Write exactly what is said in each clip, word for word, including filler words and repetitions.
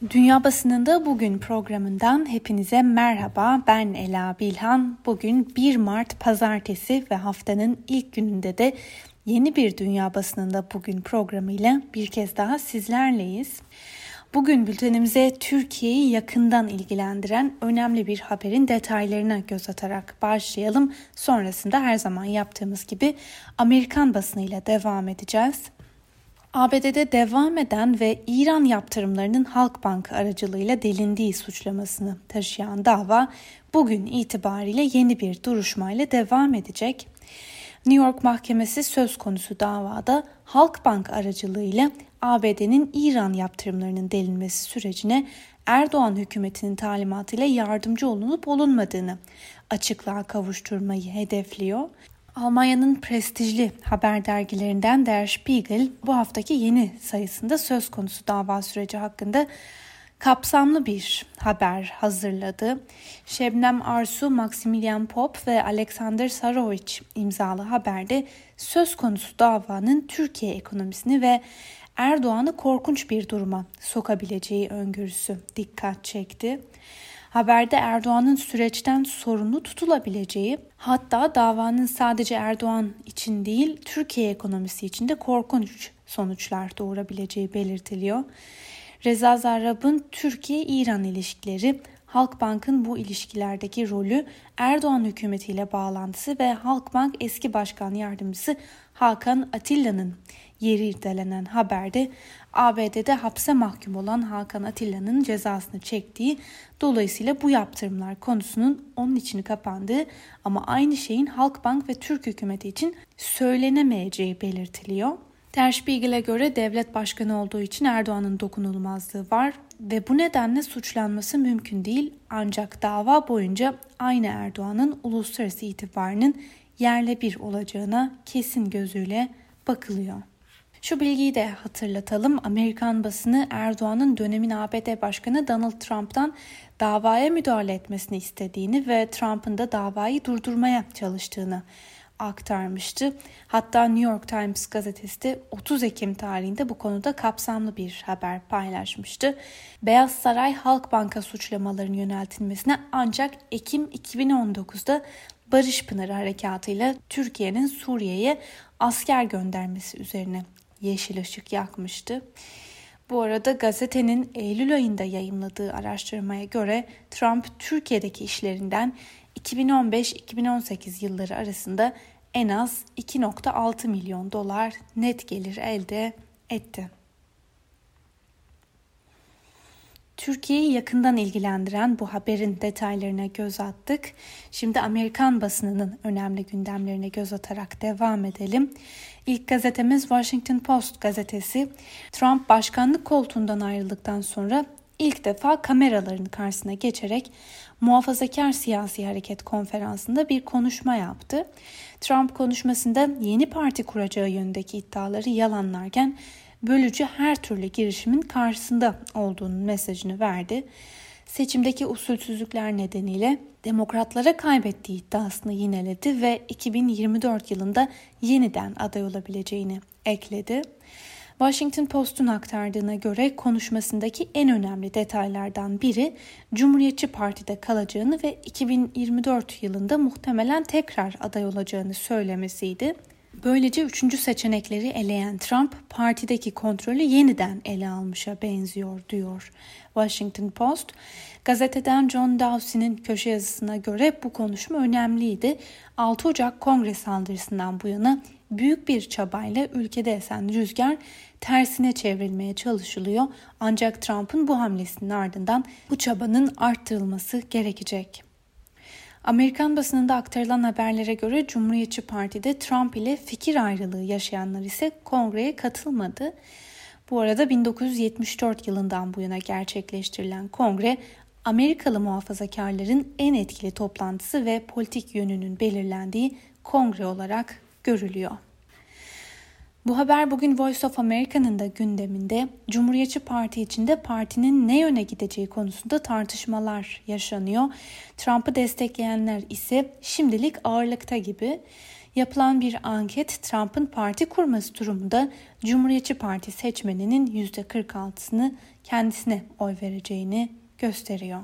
Dünya Basınında Bugün programından hepinize merhaba. Ben Ela Bilhan. Bugün bir Mart Pazartesi ve haftanın ilk gününde de yeni bir Dünya Basınında Bugün programıyla bir kez daha sizlerleyiz. Bugün bültenimize Türkiye'yi yakından ilgilendiren önemli bir haberin detaylarına göz atarak başlayalım. Sonrasında her zaman yaptığımız gibi Amerikan basınıyla devam edeceğiz. A B D'de devam eden ve İran yaptırımlarının Halkbank aracılığıyla delindiği suçlamasını taşıyan dava bugün itibariyle yeni bir duruşmayla devam edecek. New York Mahkemesi söz konusu davada Halkbank aracılığıyla A B D'nin İran yaptırımlarının delinmesi sürecine Erdoğan hükümetinin talimatıyla yardımcı olunup olunmadığını açıklığa kavuşturmayı hedefliyor. Almanya'nın prestijli haber dergilerinden Der Spiegel bu haftaki yeni sayısında söz konusu dava süreci hakkında kapsamlı bir haber hazırladı. Şebnem Arsu, Maximilian Pop ve Alexander Sarovic imzalı haberde söz konusu davanın Türkiye ekonomisini ve Erdoğan'ı korkunç bir duruma sokabileceği öngörüsü dikkat çekti. Haberde Erdoğan'ın süreçten sorumlu tutulabileceği, hatta davanın sadece Erdoğan için değil, Türkiye ekonomisi için de korkunç sonuçlar doğurabileceği belirtiliyor. Reza Zarrab'ın Türkiye-İran ilişkileri, Halkbank'ın bu ilişkilerdeki rolü, Erdoğan hükümetiyle bağlantısı ve Halkbank eski başkan yardımcısı Hakan Atilla'nın yeri irdelenen haberde A B D'de hapse mahkum olan Hakan Atilla'nın cezasını çektiği, dolayısıyla bu yaptırımlar konusunun onun içini kapandığı ama aynı şeyin Halkbank ve Türk hükümeti için söylenemeyeceği belirtiliyor. Der Spiegel'e göre devlet başkanı olduğu için Erdoğan'ın dokunulmazlığı var ve bu nedenle suçlanması mümkün değil, ancak dava boyunca aynı Erdoğan'ın uluslararası itibarının yerle bir olacağına kesin gözüyle bakılıyor. Şu bilgiyi de hatırlatalım. Amerikan basını Erdoğan'ın dönemin A B D Başkanı Donald Trump'tan davaya müdahale etmesini istediğini ve Trump'ın da davayı durdurmaya çalıştığını aktarmıştı. Hatta New York Times gazetesi de otuz Ekim tarihinde bu konuda kapsamlı bir haber paylaşmıştı. Beyaz Saray Halkbank'a suçlamaların yöneltilmesine ancak Ekim iki bin on dokuzda Barış Pınarı Harekatı'yla Türkiye'nin Suriye'ye asker göndermesi üzerine yeşil ışık yakmıştı. Bu arada gazetenin Eylül ayında yayımladığı araştırmaya göre Trump Türkiye'deki işlerinden iki bin on beş iki bin on sekiz yılları arasında en az iki virgül altı milyon dolar net gelir elde etti. Türkiye'yi yakından ilgilendiren bu haberin detaylarına göz attık. Şimdi Amerikan basınının önemli gündemlerine göz atarak devam edelim. İlk gazetemiz Washington Post gazetesi. Trump başkanlık koltuğundan ayrıldıktan sonra ilk defa kameraların karşısına geçerek Muhafazakar Siyasi Hareket Konferansı'nda bir konuşma yaptı. Trump konuşmasında yeni parti kuracağı yönündeki iddiaları yalanlarken bölücü her türlü girişimin karşısında olduğunun mesajını verdi. Seçimdeki usulsüzlükler nedeniyle demokratlara kaybettiği iddiasını yineledi ve iki bin yirmi dört yılında yeniden aday olabileceğini ekledi. Washington Post'un aktardığına göre konuşmasındaki en önemli detaylardan biri Cumhuriyetçi Parti'de kalacağını ve iki bin yirmi dört yılında muhtemelen tekrar aday olacağını söylemesiydi. Böylece üçüncü seçenekleri eleyen Trump, partideki kontrolü yeniden ele almışa benziyor diyor Washington Post. Gazeteden John Dawsey'nin köşe yazısına göre bu konuşma önemliydi. altı Ocak Kongre saldırısından bu yana büyük bir çabayla ülkede esen rüzgar tersine çevrilmeye çalışılıyor. Ancak Trump'ın bu hamlesinin ardından bu çabanın arttırılması gerekecek. Amerikan basınında aktarılan haberlere göre Cumhuriyetçi Parti'de Trump ile fikir ayrılığı yaşayanlar ise kongreye katılmadı. Bu arada bin dokuz yüz yetmiş dört yılından bu yana gerçekleştirilen kongre, Amerikalı muhafazakarların en etkili toplantısı ve politik yönünün belirlendiği kongre olarak görülüyor. Bu haber bugün Voice of America'nın da gündeminde. Cumhuriyetçi Parti içinde partinin ne yöne gideceği konusunda tartışmalar yaşanıyor. Trump'ı destekleyenler ise şimdilik ağırlıkta gibi. Yapılan bir anket Trump'ın parti kurması durumunda Cumhuriyetçi Parti seçmeninin yüzde kırk altısını kendisine oy vereceğini gösteriyor.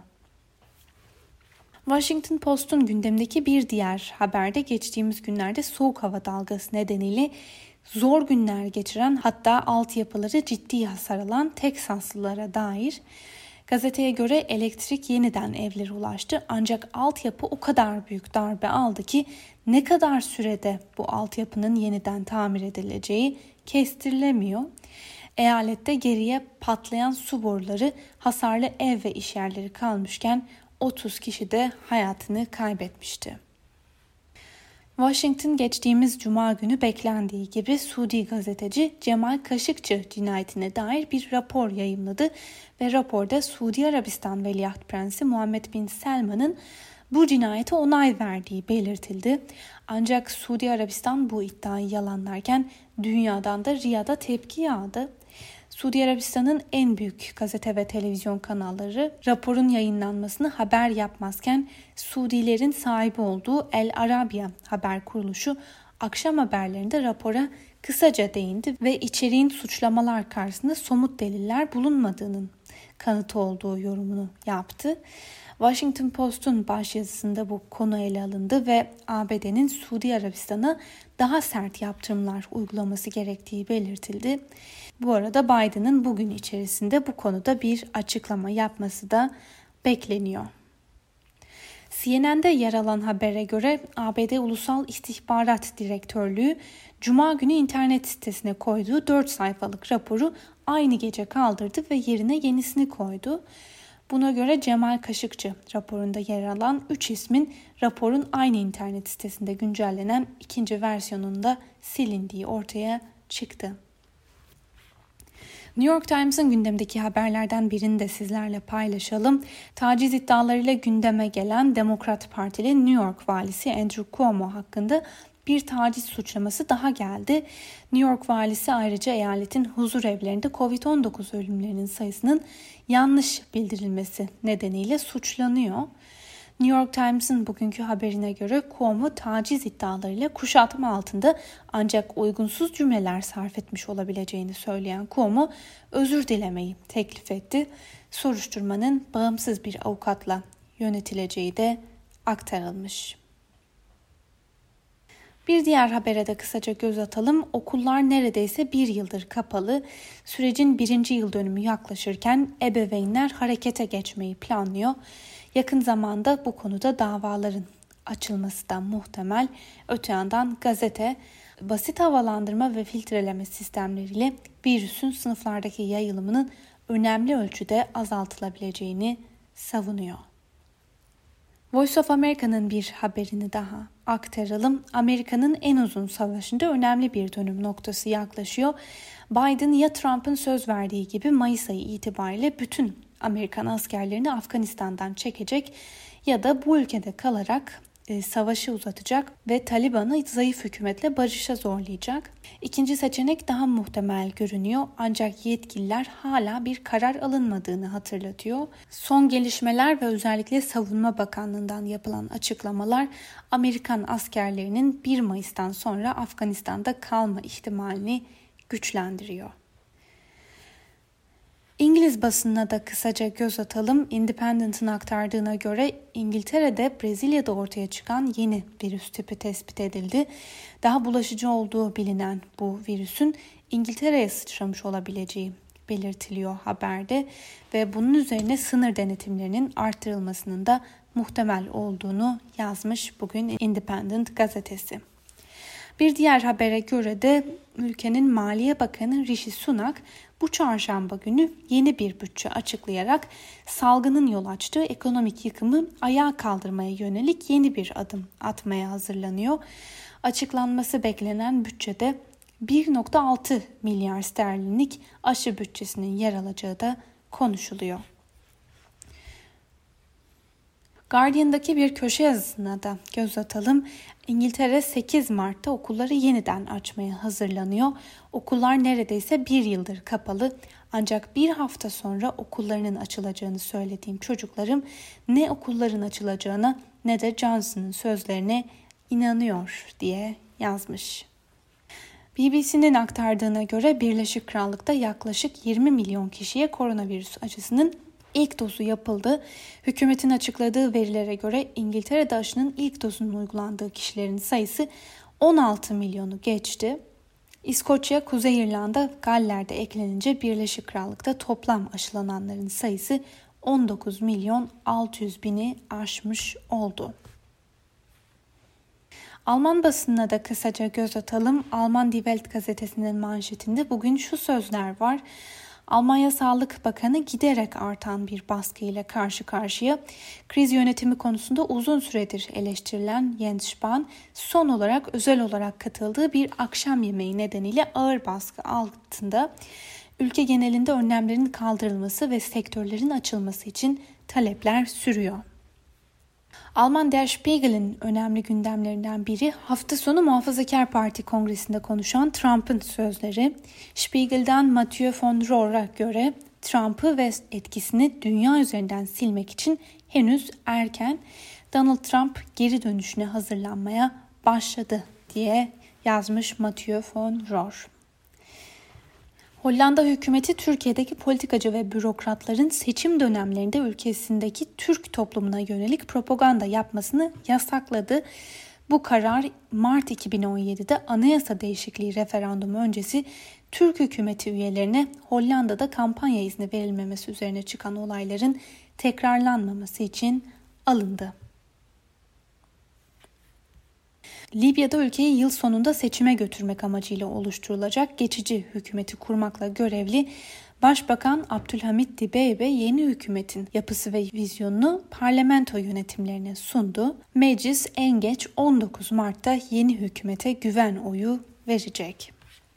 Washington Post'un gündemdeki bir diğer haberde geçtiğimiz günlerde soğuk hava dalgası nedeniyle zor günler geçiren, hatta altyapıları ciddi hasar alan Teksaslılara dair. Gazeteye göre elektrik yeniden evlere ulaştı, ancak altyapı o kadar büyük darbe aldı ki ne kadar sürede bu altyapının yeniden tamir edileceği kestirilemiyor. Eyalette geriye patlayan su boruları, hasarlı ev ve işyerleri kalmışken otuz kişi de hayatını kaybetmişti. Washington geçtiğimiz Cuma günü beklendiği gibi Suudi gazeteci Cemal Kaşıkçı cinayetine dair bir rapor yayımladı ve raporda Suudi Arabistan Veliaht Prensi Muhammed Bin Selman'ın bu cinayete onay verdiği belirtildi. Ancak Suudi Arabistan bu iddiayı yalanlarken dünyadan da Riyad'a tepki yağdı. Suudi Arabistan'ın en büyük gazete ve televizyon kanalları raporun yayınlanmasını haber yapmazken Suudilerin sahibi olduğu El Arabiya haber kuruluşu akşam haberlerinde rapora kısaca değindi ve içeriğin suçlamalar karşısında somut deliller bulunmadığının kanıtı olduğu yorumunu yaptı. Washington Post'un başyazısında bu konu ele alındı ve A B D'nin Suudi Arabistan'a daha sert yaptırımlar uygulaması gerektiği belirtildi. Bu arada Biden'ın bugün içerisinde bu konuda bir açıklama yapması da bekleniyor. C N N'de yer alan habere göre A B D Ulusal İstihbarat Direktörlüğü Cuma günü internet sitesine koyduğu dört sayfalık raporu aynı gece kaldırdı ve yerine yenisini koydu. Buna göre Cemal Kaşıkçı raporunda yer alan üç ismin raporun aynı internet sitesinde güncellenen ikinci versiyonunda silindiği ortaya çıktı. New York Times'ın gündemdeki haberlerden birini de sizlerle paylaşalım. Taciz iddialarıyla gündeme gelen Demokrat Partili New York valisi Andrew Cuomo hakkında bir taciz suçlaması daha geldi. New York valisi ayrıca eyaletin huzur evlerinde kovid on dokuz ölümlerinin sayısının yanlış bildirilmesi nedeniyle suçlanıyor. New York Times'ın bugünkü haberine göre Cuomo taciz iddialarıyla kuşatma altında ancak uygunsuz cümleler sarf etmiş olabileceğini söyleyen Cuomo özür dilemeyi teklif etti. Soruşturmanın bağımsız bir avukatla yönetileceği de aktarılmış. Bir diğer habere de kısaca göz atalım. Okullar neredeyse bir yıldır kapalı. Sürecin birinci yıl dönümü yaklaşırken ebeveynler harekete geçmeyi planlıyor. Yakın zamanda bu konuda davaların açılması da muhtemel. Öte yandan gazete basit havalandırma ve filtreleme sistemleriyle virüsün sınıflardaki yayılımının önemli ölçüde azaltılabileceğini savunuyor. Voice of America'nın bir haberini daha aktaralım. Amerika'nın en uzun savaşında önemli bir dönüm noktası yaklaşıyor. Biden ya Trump'ın söz verdiği gibi Mayıs ayı itibariyle bütün Amerikan askerlerini Afganistan'dan çekecek ya da bu ülkede kalarak e, savaşı uzatacak ve Taliban'ı zayıf hükümetle barışa zorlayacak. İkinci seçenek daha muhtemel görünüyor, ancak yetkililer hala bir karar alınmadığını hatırlatıyor. Son gelişmeler ve özellikle Savunma Bakanlığı'ndan yapılan açıklamalar Amerikan askerlerinin bir Mayıs'tan sonra Afganistan'da kalma ihtimalini güçlendiriyor. İngiliz basınına da kısaca göz atalım. Independent'ın aktardığına göre İngiltere'de Brezilya'da ortaya çıkan yeni virüs tipi tespit edildi. Daha bulaşıcı olduğu bilinen bu virüsün İngiltere'ye sıçramış olabileceği belirtiliyor haberde ve bunun üzerine sınır denetimlerinin artırılmasının da muhtemel olduğunu yazmış bugün Independent gazetesi. Bir diğer habere göre de ülkenin Maliye Bakanı Rishi Sunak bu çarşamba günü yeni bir bütçe açıklayarak salgının yol açtığı ekonomik yıkımı ayağa kaldırmaya yönelik yeni bir adım atmaya hazırlanıyor. Açıklanması beklenen bütçede bir virgül altı milyar sterlinlik aşı bütçesinin yer alacağı da konuşuluyor. Guardian'daki bir köşe yazısına da göz atalım. İngiltere sekiz Mart'ta okulları yeniden açmaya hazırlanıyor. Okullar neredeyse bir yıldır kapalı. Ancak bir hafta sonra okullarının açılacağını söylediğim çocuklarım ne okulların açılacağına ne de Johnson'ın sözlerine inanıyor diye yazmış. B B C'nin aktardığına göre Birleşik Krallık'ta yaklaşık yirmi milyon kişiye koronavirüs aşısının ilk dozu yapıldı. Hükümetin açıkladığı verilere göre İngiltere'de aşının ilk dozunun uygulandığı kişilerin sayısı on altı milyonu geçti. İskoçya, Kuzey İrlanda, Galler'de eklenince Birleşik Krallık'ta toplam aşılananların sayısı on dokuz milyon altı yüz bini aşmış oldu. Alman basınına da kısaca göz atalım. Alman Die Welt gazetesinin manşetinde bugün şu sözler var. Almanya Sağlık Bakanı giderek artan bir baskıyla karşı karşıya. Kriz yönetimi konusunda uzun süredir eleştirilen Jens Spahn son olarak özel olarak katıldığı bir akşam yemeği nedeniyle ağır baskı altında. Ülke genelinde önlemlerin kaldırılması ve sektörlerin açılması için talepler sürüyor. Alman Der Spiegel'in önemli gündemlerinden biri hafta sonu Muhafazakar Parti Kongresi'nde konuşan Trump'ın sözleri. Spiegel'den Mathieu von Rohr'a göre Trump'ı ve etkisini dünya üzerinden silmek için henüz erken, Donald Trump geri dönüşüne hazırlanmaya başladı diye yazmış Mathieu von Rohr. Hollanda hükümeti Türkiye'deki politikacı ve bürokratların seçim dönemlerinde ülkesindeki Türk toplumuna yönelik propaganda yapmasını yasakladı. Bu karar Mart iki bin on yedide anayasa değişikliği referandumu öncesi Türk hükümeti üyelerine Hollanda'da kampanya izni verilmemesi üzerine çıkan olayların tekrarlanmaması için alındı. Libya'da ülkeyi yıl sonunda seçime götürmek amacıyla oluşturulacak geçici hükümeti kurmakla görevli Başbakan Abdülhamit Dibeibe yeni hükümetin yapısı ve vizyonunu parlamento yönetimlerine sundu. Meclis en geç on dokuz Mart'ta yeni hükümete güven oyu verecek.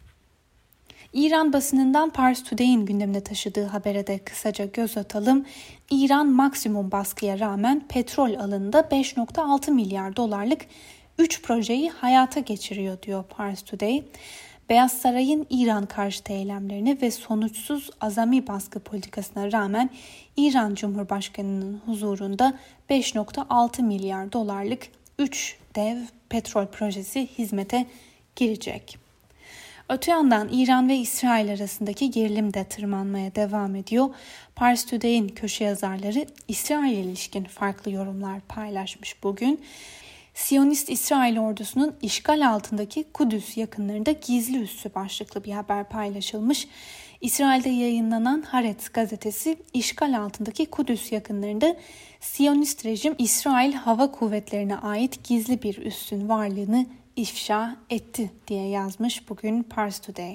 İran basınından Pars Today'in gündemine taşıdığı habere de kısaca göz atalım. İran maksimum baskıya rağmen petrol alanında beş virgül altı milyar dolarlık üç projeyi hayata geçiriyor diyor Pars Today. Beyaz Saray'ın İran karşıtı eylemlerine ve sonuçsuz azami baskı politikasına rağmen İran Cumhurbaşkanı'nın huzurunda beş virgül altı milyar dolarlık üç dev petrol projesi hizmete girecek. Öte yandan İran ve İsrail arasındaki gerilim de tırmanmaya devam ediyor. Pars Today'in köşe yazarları İsrail'e ilişkin farklı yorumlar paylaşmış bugün. Siyonist İsrail ordusunun işgal altındaki Kudüs yakınlarında gizli üssü başlıklı bir haber paylaşılmış. İsrail'de yayınlanan Haaretz gazetesi işgal altındaki Kudüs yakınlarında Siyonist rejim İsrail Hava Kuvvetlerine ait gizli bir üssün varlığını ifşa etti diye yazmış bugün Pars Today.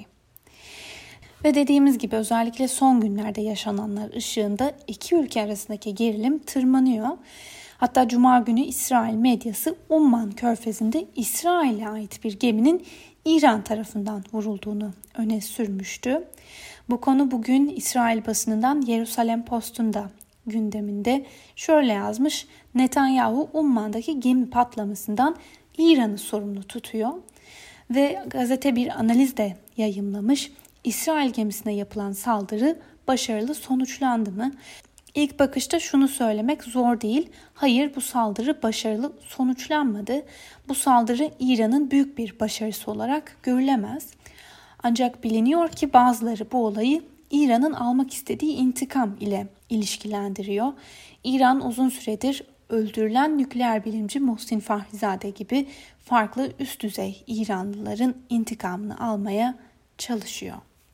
Ve dediğimiz gibi özellikle son günlerde yaşananlar ışığında iki ülke arasındaki gerilim tırmanıyor. Hatta Cuma günü İsrail medyası Umman Körfezi'nde İsrail'e ait bir geminin İran tarafından vurulduğunu öne sürmüştü. Bu konu bugün İsrail basınından Jerusalem Post'un da gündeminde. Şöyle yazmış: Netanyahu Umman'daki gemi patlamasından İran'ı sorumlu tutuyor ve gazete bir analiz de yayımlamış. İsrail gemisine yapılan saldırı başarılı sonuçlandı mı? İlk bakışta şunu söylemek zor değil. Hayır, bu saldırı başarılı sonuçlanmadı. Bu saldırı İran'ın büyük bir başarısı olarak görülemez. Ancak biliniyor ki bazıları bu olayı İran'ın almak istediği intikam ile ilişkilendiriyor. İran uzun süredir öldürülen nükleer bilimci Mohsin Fakhrizadeh gibi farklı üst düzey İranlıların intikamını almaya çalışıyor.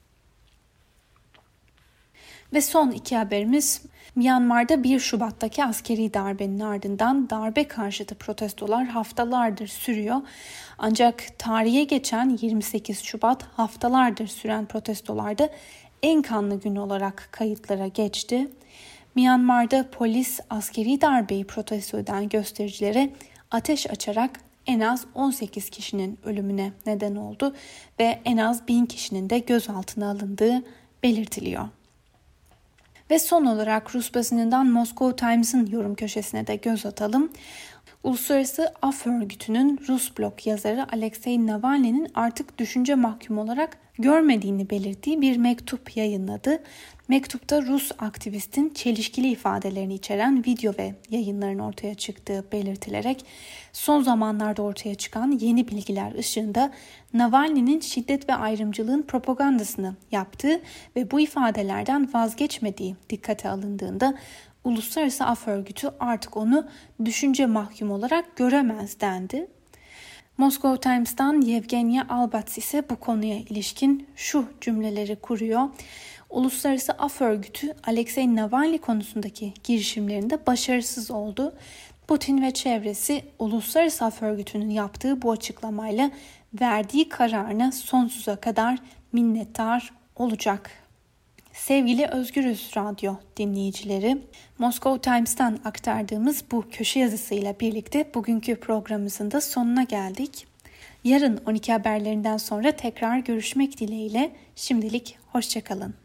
Ve son iki haberimiz: Myanmar'da bir Şubat'taki askeri darbenin ardından darbe karşıtı protestolar haftalardır sürüyor. Ancak tarihe geçen yirmi sekiz Şubat haftalardır süren protestolarda en kanlı gün olarak kayıtlara geçti. Myanmar'da polis askeri darbeyi protesto eden göstericilere ateş açarak en az on sekiz kişinin ölümüne neden oldu ve en az bin kişinin de gözaltına alındığı belirtiliyor. Ve son olarak Rus basınından Moscow Times'ın yorum köşesine de göz atalım. Uluslararası Af Örgütü'nün Rus blog yazarı Alexei Navalny'nin artık düşünce mahkumu olarak görmediğini belirttiği bir mektup yayınladı. Mektupta Rus aktivistin çelişkili ifadelerini içeren video ve yayınların ortaya çıktığı belirtilerek son zamanlarda ortaya çıkan yeni bilgiler ışığında Navalny'nin şiddet ve ayrımcılığın propagandasını yaptığı ve bu ifadelerden vazgeçmediği dikkate alındığında Uluslararası Af Örgütü artık onu düşünce mahkumu olarak göremez dendi. Moscow Times'tan Yevgenia Albats ise bu konuya ilişkin şu cümleleri kuruyor. Uluslararası Af Örgütü Alexei Navalny konusundaki girişimlerinde başarısız oldu. Putin ve çevresi Uluslararası Af Örgütü'nün yaptığı bu açıklamayla verdiği kararına sonsuza kadar minnettar olacak. Sevgili Özgürüz Radyo dinleyicileri, Moscow Times'tan aktardığımız bu köşe yazısıyla birlikte bugünkü programımızın da sonuna geldik. Yarın on iki haberlerinden sonra tekrar görüşmek dileğiyle şimdilik hoşça kalın.